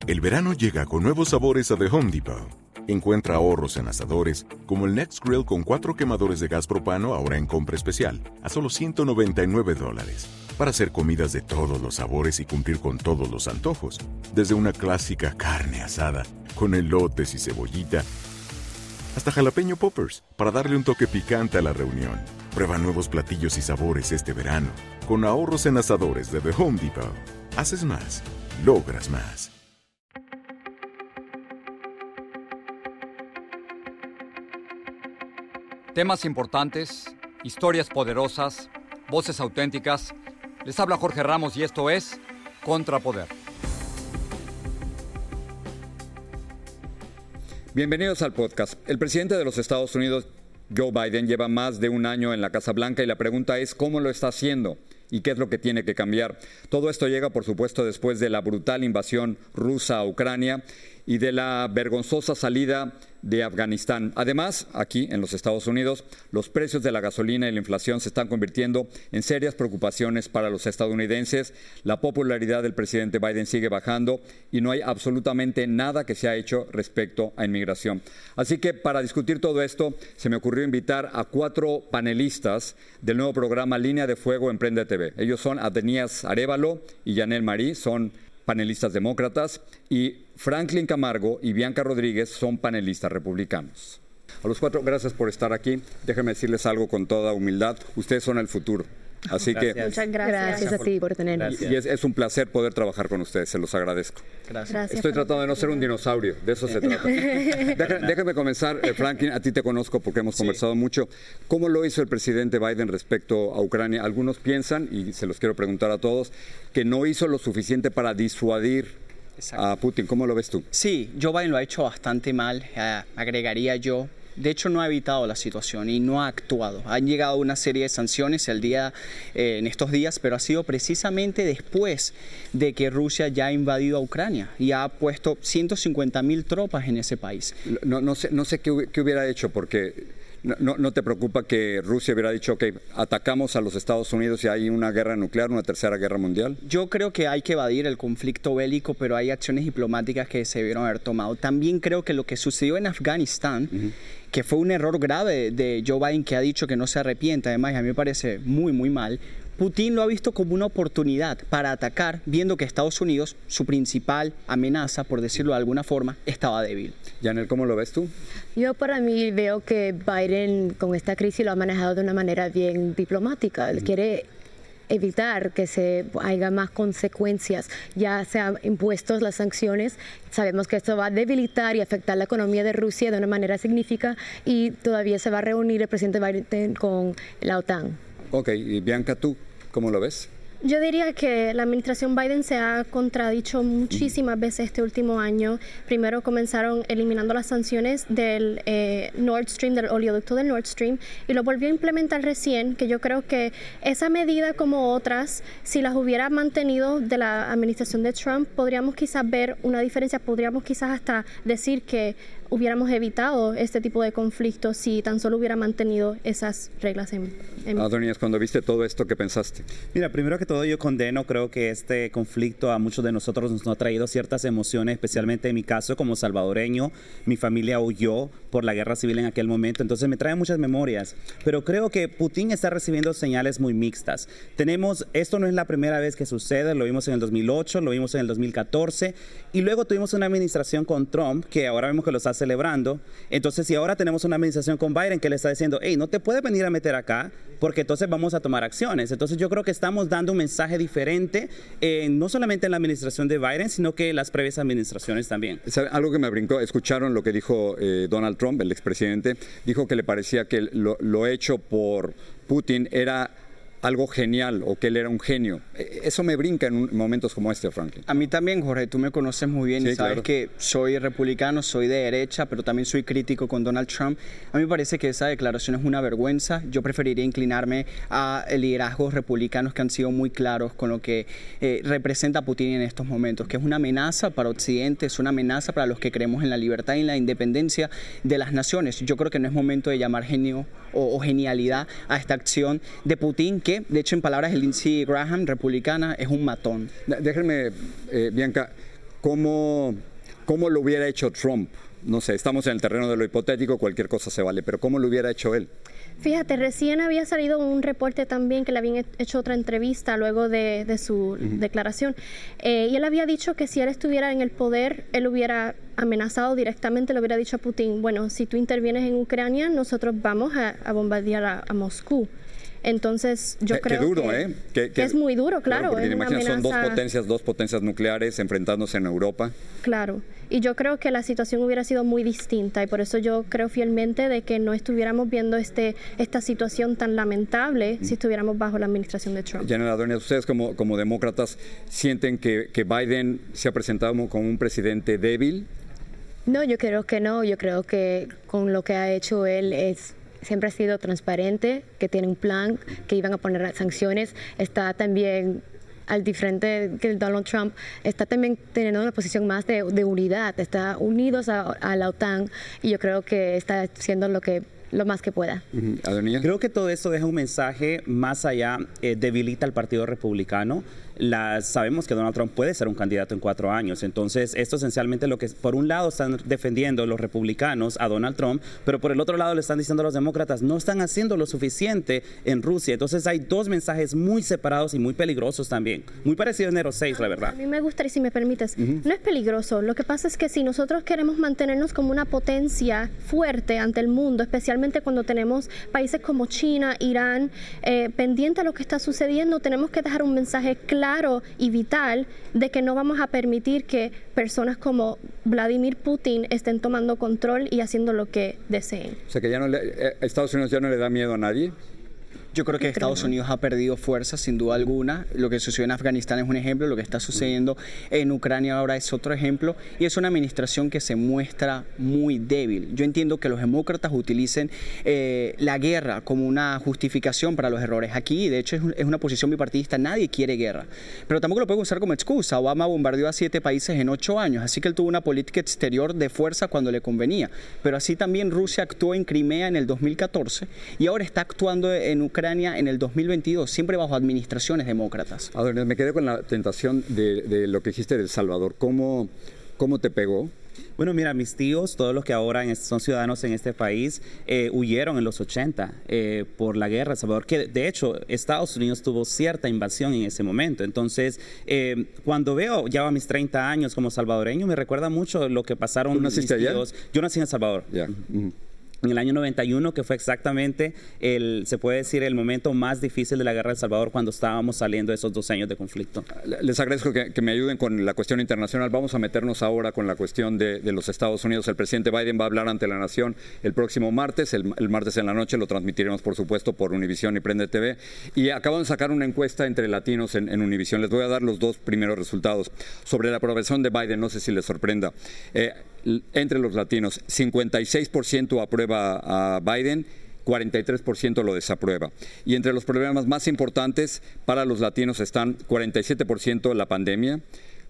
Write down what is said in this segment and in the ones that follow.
El verano llega con nuevos sabores a The Home Depot. Encuentra ahorros en asadores, como el Next Grill con 4 quemadores de gas propano ahora en compra especial, a solo $199. Para hacer comidas de todos los sabores y cumplir con todos los antojos. Desde una clásica carne asada, con elotes y cebollita, hasta jalapeño poppers, para darle un toque picante a la reunión. Prueba nuevos platillos y sabores este verano, con ahorros en asadores de The Home Depot. Haces más, logras más. Temas importantes, historias poderosas, voces auténticas. Les habla Jorge Ramos y esto es Contrapoder. Bienvenidos al podcast. El presidente de los Estados Unidos, Joe Biden, lleva más de un año en la Casa Blanca y la pregunta es ¿cómo lo está haciendo? ¿Y qué es lo que tiene que cambiar? Todo esto llega, por supuesto, después de la brutal invasión rusa a Ucrania y de la vergonzosa salida de Afganistán. Además, aquí en los Estados Unidos, los precios de la gasolina y la inflación se están convirtiendo en serias preocupaciones para los estadounidenses. La popularidad del presidente Biden sigue bajando y no hay absolutamente nada que se ha hecho respecto a inmigración. Así que para discutir todo esto, se me ocurrió invitar a 4 panelistas del nuevo programa Línea de Fuego Emprende TV. Ellos son Adenías Arévalo y Yanel Marí, son panelistas demócratas, y Franklin Camargo y Bianca Rodríguez son panelistas republicanos. A los 4, gracias por estar aquí. Déjenme decirles algo con toda humildad. Ustedes son el futuro. Así que muchas gracias a ti por tenernos. Y es un placer poder trabajar con ustedes, se los agradezco. Gracias. Estoy tratando de no ser un dinosaurio, de eso se trata. Déjame comenzar, Franklin, a ti te conozco porque hemos conversado mucho. ¿Cómo lo hizo el presidente Biden respecto a Ucrania? Algunos piensan, y se los quiero preguntar a todos, que no hizo lo suficiente para disuadir a Putin. ¿Cómo lo ves tú? Sí, Joe Biden lo ha hecho bastante mal, agregaría yo. De hecho, no ha evitado la situación y no ha actuado. Han llegado una serie de sanciones en estos días, pero ha sido precisamente después de que Rusia ya ha invadido a Ucrania y ha puesto 150.000 tropas en ese país. No sé qué hubiera hecho, porque ¿no te preocupa que Rusia hubiera dicho que atacamos a los Estados Unidos y hay una guerra nuclear, una tercera guerra mundial? Yo creo que hay que evadir el conflicto bélico, pero hay acciones diplomáticas que se debieron haber tomado. También creo que lo que sucedió en Afganistán, que fue un error grave de Joe Biden, que ha dicho que no se arrepiente, además a mí me parece muy, muy mal. Putin lo ha visto como una oportunidad para atacar, viendo que Estados Unidos, su principal amenaza, por decirlo de alguna forma, estaba débil. Yanel, ¿cómo lo ves tú? Yo para mí veo que Biden con esta crisis lo ha manejado de una manera bien diplomática. Él quiere evitar que haya más consecuencias, ya se han impuesto las sanciones. Sabemos que esto va a debilitar y afectar la economía de Rusia de una manera significativa y todavía se va a reunir el presidente Biden con la OTAN. Ok, y Bianca, ¿tú cómo lo ves? Yo diría que la administración Biden se ha contradicho muchísimas veces este último año. Primero comenzaron eliminando las sanciones del Nord Stream, del oleoducto del Nord Stream, y lo volvió a implementar recién, que yo creo que esa medida como otras, si las hubiera mantenido de la administración de Trump, podríamos quizás ver una diferencia, podríamos quizás hasta decir que hubiéramos evitado este tipo de conflictos si tan solo hubiera mantenido esas reglas en Adonías, cuando viste todo esto, ¿qué pensaste? Mira, primero que todo yo condeno, creo que este conflicto a muchos de nosotros nos ha traído ciertas emociones, especialmente en mi caso como salvadoreño. Mi familia huyó por la guerra civil en aquel momento, entonces me trae muchas memorias. Pero creo que Putin está recibiendo señales muy mixtas. Esto no es la primera vez que sucede, lo vimos en el 2008, lo vimos en el 2014, y luego tuvimos una administración con Trump, que ahora vemos que lo está celebrando. Entonces, si ahora tenemos una administración con Biden que le está diciendo, hey, no te puedes venir a meter acá, porque entonces vamos a tomar acciones. Entonces, yo creo que estamos dando un mensaje diferente, no solamente en la administración de Biden, sino que en las previas administraciones también. Algo que me brincó, escucharon lo que dijo Donald Trump, el expresidente, dijo que le parecía que lo hecho por Putin era algo genial o que él era un genio. Eso me brinca en momentos como este, Franklin. A mí también, Jorge, tú me conoces muy bien, sí, y sabes claro, que soy republicano, soy de derecha, pero también soy crítico con Donald Trump. A mí me parece que esa declaración es una vergüenza. Yo preferiría inclinarme a liderazgos republicanos que han sido muy claros con lo que representa Putin en estos momentos, que es una amenaza para Occidente, es una amenaza para los que creemos en la libertad y en la independencia de las naciones. Yo creo que no es momento de llamar genio o genialidad a esta acción de Putin, que de hecho en palabras de Lindsey Graham, republicana, es un matón. Déjenme, Bianca, ¿cómo lo hubiera hecho Trump? No sé, estamos en el terreno de lo hipotético, cualquier cosa se vale, pero ¿cómo lo hubiera hecho él? Fíjate, recién había salido un reporte también que le habían hecho otra entrevista luego de su declaración. Y él había dicho que si él estuviera en el poder, él hubiera amenazado directamente, le hubiera dicho a Putin, bueno, si tú intervienes en Ucrania, nosotros vamos a bombardear a Moscú. Entonces, yo creo duro, que es muy duro, claro. Porque es una imagina, son amenaza. dos potencias nucleares enfrentándose en Europa. Claro, y yo creo que la situación hubiera sido muy distinta y por eso yo creo fielmente de que no estuviéramos viendo esta situación tan lamentable si estuviéramos bajo la administración de Trump. Janela Ordóñez, ustedes como demócratas sienten que Biden se ha presentado como un presidente débil. No, yo creo que no. Yo creo que con lo que ha hecho él siempre ha sido transparente, que tiene un plan, que iban a poner sanciones. Está también al diferente que Donald Trump, está también teniendo una posición más de unidad, está unidos a la OTAN y yo creo que está haciendo lo más que pueda. Adonía. Creo que todo esto deja un mensaje más allá, debilita al Partido Republicano. Sabemos que Donald Trump puede ser un candidato en 4 años, entonces esto esencialmente lo que por un lado están defendiendo los republicanos a Donald Trump, pero por el otro lado le están diciendo a los demócratas no están haciendo lo suficiente en Rusia, entonces hay dos mensajes muy separados y muy peligrosos también, muy parecidos a enero 6, la verdad. A mí me gustaría, si me permites, no es peligroso, lo que pasa es que si nosotros queremos mantenernos como una potencia fuerte ante el mundo, especialmente cuando tenemos países como China, Irán, pendiente a lo que está sucediendo, tenemos que dejar un mensaje claro y vital de que no vamos a permitir que personas como Vladimir Putin estén tomando control y haciendo lo que deseen. O sea que Estados Unidos ya no le da miedo a nadie. Yo creo que Estados Unidos ha perdido fuerza, sin duda alguna. Lo que sucedió en Afganistán es un ejemplo, lo que está sucediendo en Ucrania ahora es otro ejemplo, y es una administración que se muestra muy débil. Yo entiendo que los demócratas utilicen la guerra como una justificación para los errores. Aquí, de hecho, es una posición bipartidista, nadie quiere guerra, pero tampoco lo pueden usar como excusa. Obama bombardeó a 7 países en 8 años, así que él tuvo una política exterior de fuerza cuando le convenía, pero así también Rusia actuó en Crimea en el 2014 y ahora está actuando en Ucrania en el 2022, siempre bajo administraciones demócratas. Adonés, me quedé con la tentación de lo que dijiste de El Salvador. ¿Cómo te pegó? Bueno, mira, mis tíos, todos los que ahora son ciudadanos en este país, huyeron en los 80 por la guerra de El Salvador, que de hecho Estados Unidos tuvo cierta invasión en ese momento. Entonces, cuando veo ya a mis 30 años como salvadoreño, me recuerda mucho lo que pasaron ¿Tú naciste mis tíos. allá? Yo nací en El Salvador. Ya. En el año 91, que fue exactamente se puede decir, el momento más difícil de la guerra de El Salvador cuando estábamos saliendo de esos 2 años de conflicto. Les agradezco que me ayuden con la cuestión internacional. Vamos a meternos ahora con la cuestión de los Estados Unidos. El presidente Biden va a hablar ante la nación el próximo martes. El martes en la noche lo transmitiremos, por supuesto, por Univisión y Prende TV. Y acaban de sacar una encuesta entre latinos en Univisión. Les voy a dar los 2 primeros resultados. Sobre la aprobación de Biden, no sé si les sorprenda. Entre los latinos, 56% aprueba a Biden, 43% lo desaprueba. Y entre los problemas más importantes para los latinos están 47% la pandemia,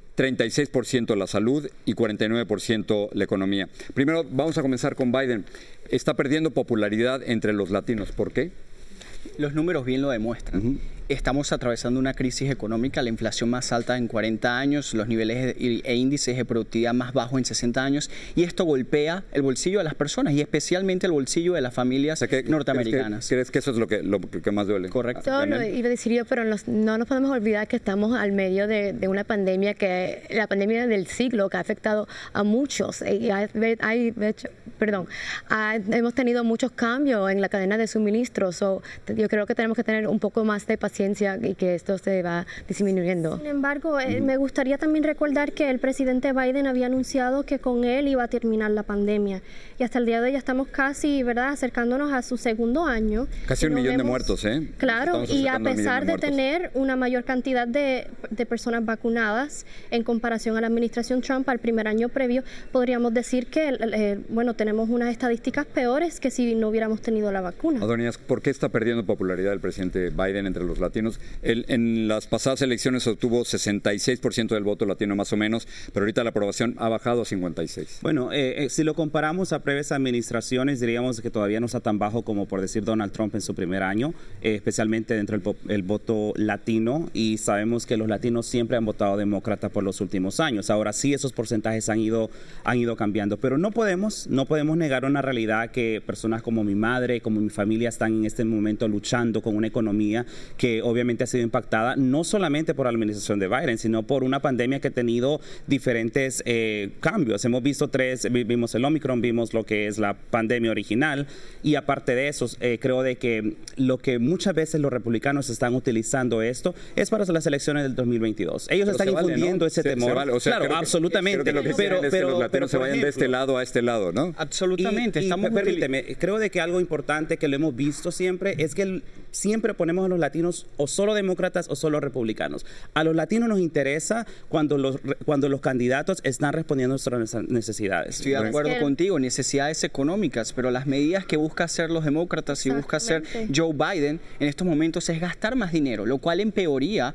36% la salud y 49% la economía. Primero, vamos a comenzar con Biden. Está perdiendo popularidad entre los latinos. ¿Por qué? Los números bien lo demuestran. Estamos atravesando una crisis económica, la inflación más alta en 40 años, los niveles e índices de productividad más bajos en 60 años, y esto golpea el bolsillo de las personas y especialmente el bolsillo de las familias norteamericanas. ¿Crees que eso es lo que más duele? Correcto. Eso lo iba a decir yo, pero no nos podemos olvidar que estamos al medio de una pandemia, la pandemia del siglo, que ha afectado a muchos. Y hemos tenido muchos cambios en la cadena de suministros. Yo creo que tenemos que tener un poco más de paciencia y que esto se va disminuyendo. Sin embargo, me gustaría también recordar que el presidente Biden había anunciado que con él iba a terminar la pandemia. Y hasta el día de hoy ya estamos casi, ¿verdad?, acercándonos a su 2º año. Casi 1 millón de muertos, ¿eh? Claro, y a pesar de tener una mayor cantidad de personas vacunadas en comparación a la administración Trump al primer año previo, podríamos decir que, tenemos unas estadísticas peores que si no hubiéramos tenido la vacuna. Adonías, ¿por qué está perdiendo popularidad el presidente Biden entre los latinos? latinos. En las pasadas elecciones obtuvo 66% del voto latino más o menos, pero ahorita la aprobación ha bajado a 56%. Bueno, si lo comparamos a previas administraciones, diríamos que todavía no está tan bajo como por decir Donald Trump en su primer año, especialmente dentro del voto latino, y sabemos que los latinos siempre han votado demócrata por los últimos años. Ahora sí, esos porcentajes han ido cambiando, pero no podemos negar una realidad que personas como mi madre, como mi familia están en este momento luchando con una economía que obviamente ha sido impactada no solamente por la administración de Biden, sino por una pandemia que ha tenido diferentes cambios. Hemos visto vimos el Omicron, vimos lo que es la pandemia original, y aparte de eso, creo de que lo que muchas veces los republicanos están utilizando esto es para las elecciones del 2022. Ellos pero están infundiendo ese temor. Vale. O sea, claro, absolutamente. Creo que lo que quieren es que los latinos se vayan de este lado a este lado, ¿no? Absolutamente. Permíteme, creo de que algo importante que lo hemos visto siempre es que siempre ponemos a los latinos o solo demócratas o solo republicanos. A los latinos nos interesa cuando los candidatos están respondiendo a nuestras necesidades. Estoy de acuerdo contigo, necesidades económicas, pero las medidas que busca hacer los demócratas y busca hacer Joe Biden en estos momentos es gastar más dinero, lo cual empeoraría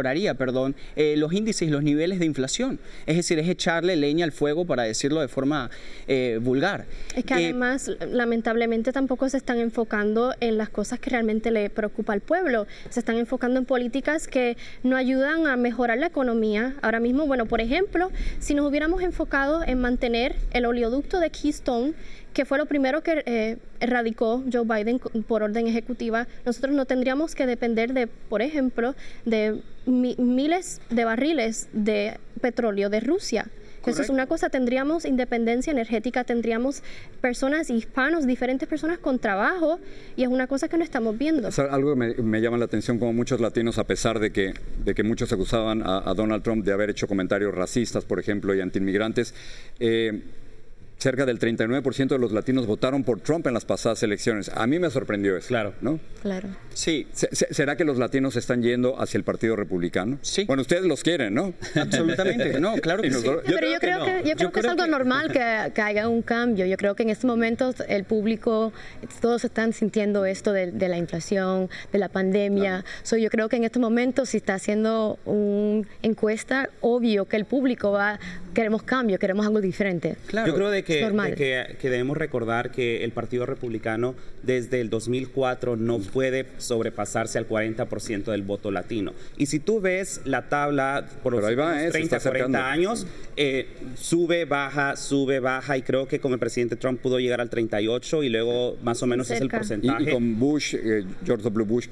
los índices y los niveles de inflación. Es decir, es echarle leña al fuego, para decirlo de forma vulgar. Es que además, lamentablemente, tampoco se están enfocando en las cosas que realmente le preocupa al pueblo. Se están enfocando en políticas que no ayudan a mejorar la economía. Ahora mismo, bueno, por ejemplo, si nos hubiéramos enfocado en mantener el oleoducto de Keystone, que fue lo primero que erradicó Joe Biden por orden ejecutiva, nosotros no tendríamos que depender de, por ejemplo, de miles de barriles de petróleo de Rusia. Eso es una cosa, tendríamos independencia energética, tendríamos personas hispanos, diferentes personas con trabajo, y es una cosa que no estamos viendo. O sea, algo que me llama la atención, como muchos latinos, a pesar de que muchos acusaban a Donald Trump de haber hecho comentarios racistas, por ejemplo, y antiinmigrantes, cerca del 39% de los latinos votaron por Trump en las pasadas elecciones. A mí me sorprendió eso. Claro. ¿No? Claro. Sí. ¿Será que los latinos están yendo hacia el Partido Republicano? Sí. Bueno, ustedes los quieren, ¿no? Absolutamente. No, claro que sí. Pero yo creo que es algo normal que haya un cambio. Yo creo que en estos momentos el público, todos están sintiendo esto de la inflación, de la pandemia. Claro. Yo creo que en estos momentos, si está haciendo una encuesta, obvio que el público queremos cambio, queremos algo diferente. Claro. Yo creo que debemos recordar que el Partido Republicano desde el 2004 no puede sobrepasarse al 40% del voto latino. Y si tú ves la tabla por los 30, 40 años, sube, baja, y creo que con el presidente Trump pudo llegar al 38 y luego más o menos es el porcentaje. Y con Bush, George W. Bush,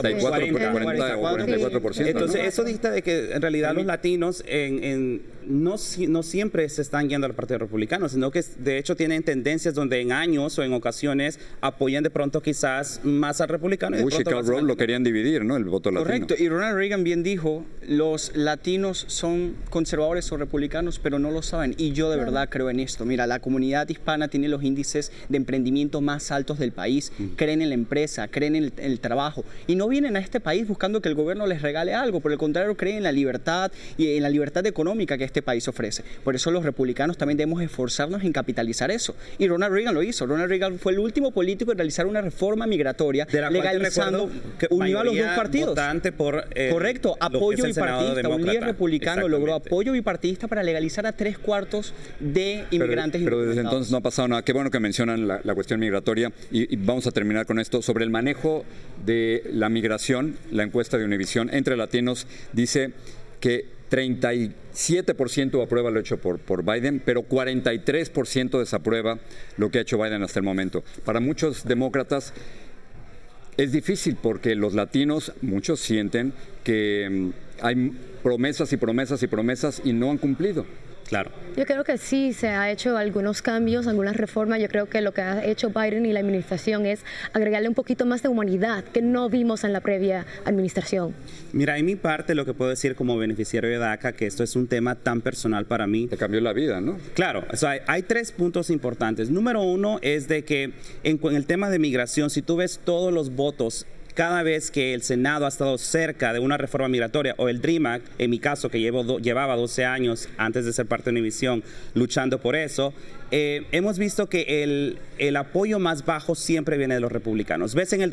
44%. Entonces, ¿no? eso dicta de que en realidad los latinos no siempre se están yendo al Partido Republicano, sino que de hecho tienen tendencias donde en años o en ocasiones apoyan de pronto quizás más al republicano. Bush y Karl Rove lo querían dividir, ¿no? El voto latino. Correcto. Y Ronald Reagan bien dijo, los latinos son conservadores o republicanos, pero no lo saben. Y yo de verdad creo en esto. Mira, la comunidad hispana tiene los índices de emprendimiento más altos del país. Creen en la empresa, creen en el trabajo. Y no vienen a este país buscando que el gobierno les regale algo. Por el contrario, creen en la libertad y en la libertad económica que este país ofrece. Por eso los republicanos también debemos esforzarnos en capitalizar eso. Y Ronald Reagan lo hizo. Ronald Reagan fue el último político en realizar una reforma migratoria legalizando, unió a los dos partidos. Correcto, apoyo bipartidista. Un líder republicano logró apoyo bipartidista para legalizar a 3/4 de inmigrantes. Pero desde entonces no ha pasado nada. Qué bueno que mencionan la cuestión migratoria, y vamos a terminar con esto. Sobre el manejo de la migración, la encuesta de Univision entre latinos dice que 37% aprueba lo hecho por Biden, pero 43% desaprueba lo que ha hecho Biden hasta el momento. Para muchos demócratas es difícil porque los latinos, muchos sienten que hay promesas y promesas y promesas y no han cumplido. Claro. Yo creo que sí se ha hecho algunos cambios, algunas reformas. Yo creo que lo que ha hecho Biden y la administración es agregarle un poquito más de humanidad que no vimos en la previa administración. Mira, en mi parte lo que puedo decir como beneficiario de DACA, que esto es un tema tan personal para mí. Te cambió la vida, ¿no? Claro, o sea, hay 3 puntos importantes. Número 1 es de que en el tema de migración, si tú ves todos los votos cada vez que el Senado ha estado cerca de una reforma migratoria o el DREAM Act, en mi caso que llevaba 12 años antes de ser parte de Univisión luchando por eso, hemos visto que el apoyo más bajo siempre viene de los republicanos. Lo ves en el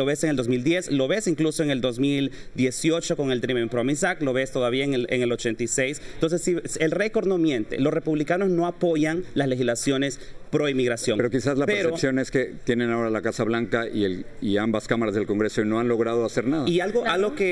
2010, lo ves incluso en el 2018 con el Dream and Promise Act, lo ves todavía en el 86. Entonces, si el récord no miente, los republicanos no apoyan las legislaciones pro inmigración. Pero quizás la percepción es que tienen ahora la Casa Blanca y ambas cámaras del Congreso y no han logrado hacer nada. Y algo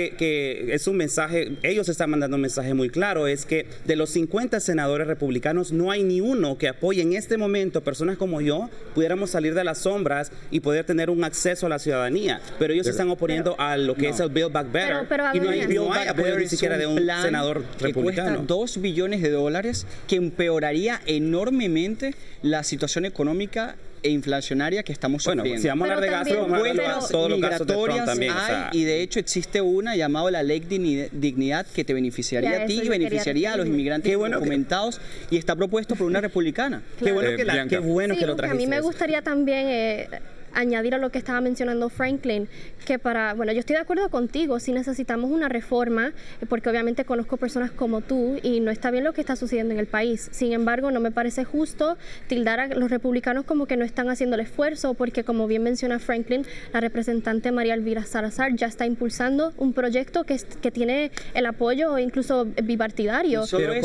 que es un mensaje, ellos están mandando un mensaje muy claro, es que de los 50 senadores republicanos no hay ni uno que apoye en este momento, personas como yo, pudiéramos salir de las sombras y poder tener un acceso a la ciudadanía. Pero ellos se están oponiendo a lo que es el Build Back Better. Y no hay apoyo ni siquiera de un senador republicano. Que cuesta $2 billones, que empeoraría enormemente la situación económica e inflacionaria que estamos sufriendo. Bueno, si vamos a hablar de gasto, vamos a hablar de todos los gastos de Trump también. Y de hecho existe una llamada la Ley Dignidad que te beneficiaría a ti y beneficiaría a los inmigrantes documentados y está propuesto por una republicana. Claro. Qué bueno que lo trajiste. A mí me gustaría también añadir a lo que estaba mencionando Franklin, que yo estoy de acuerdo contigo, si necesitamos una reforma, porque obviamente conozco personas como tú y no está bien lo que está sucediendo en el país. Sin embargo, no me parece justo tildar a los republicanos como que no están haciendo el esfuerzo, porque como bien menciona Franklin, la representante María Elvira Salazar ya está impulsando un proyecto que tiene el apoyo incluso bipartidario.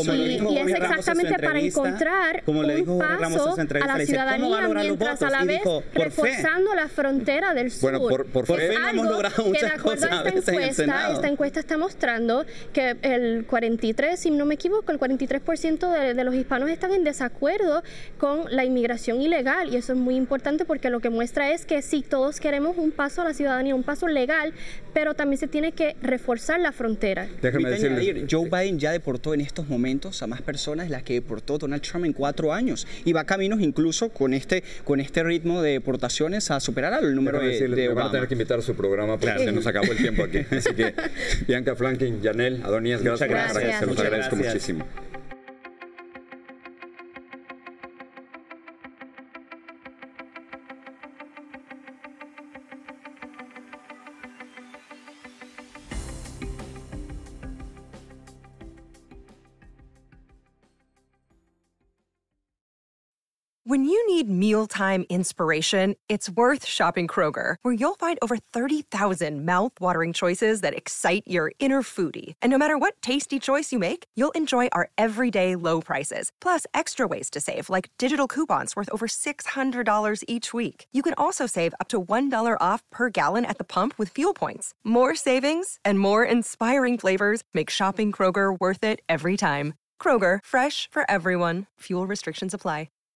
Y es exactamente para encontrar un paso a la ciudadanía mientras a la vez reforzando la frontera del sur. Bueno, por fin hemos logrado muchas cosas a veces en el Senado. Esta encuesta está mostrando que el 43%, si no me equivoco, el 43% de los hispanos están en desacuerdo con la inmigración ilegal, y eso es muy importante porque lo que muestra es que sí, todos queremos un paso a la ciudadanía, un paso legal, pero también se tiene que reforzar la frontera. Déjame decirles, Joe Biden ya deportó en estos momentos a más personas de las que deportó Donald Trump en 4 años, y va caminos incluso con este ritmo de deportaciones a superar al número de Obama. Van a tener que invitar a su programa porque se nos acabó el tiempo aquí. Así que, Bianca, Franklin, Yanel, Adonías, gracias por estar. Se los agradezco muchísimo. When you need mealtime inspiration, it's worth shopping Kroger, where you'll find over 30,000 mouth-watering choices that excite your inner foodie. And no matter what tasty choice you make, you'll enjoy our everyday low prices, plus extra ways to save, like digital coupons worth over $600 each week. You can also save up to $1 off per gallon at the pump with fuel points. More savings and more inspiring flavors make shopping Kroger worth it every time. Kroger, fresh for everyone. Fuel restrictions apply.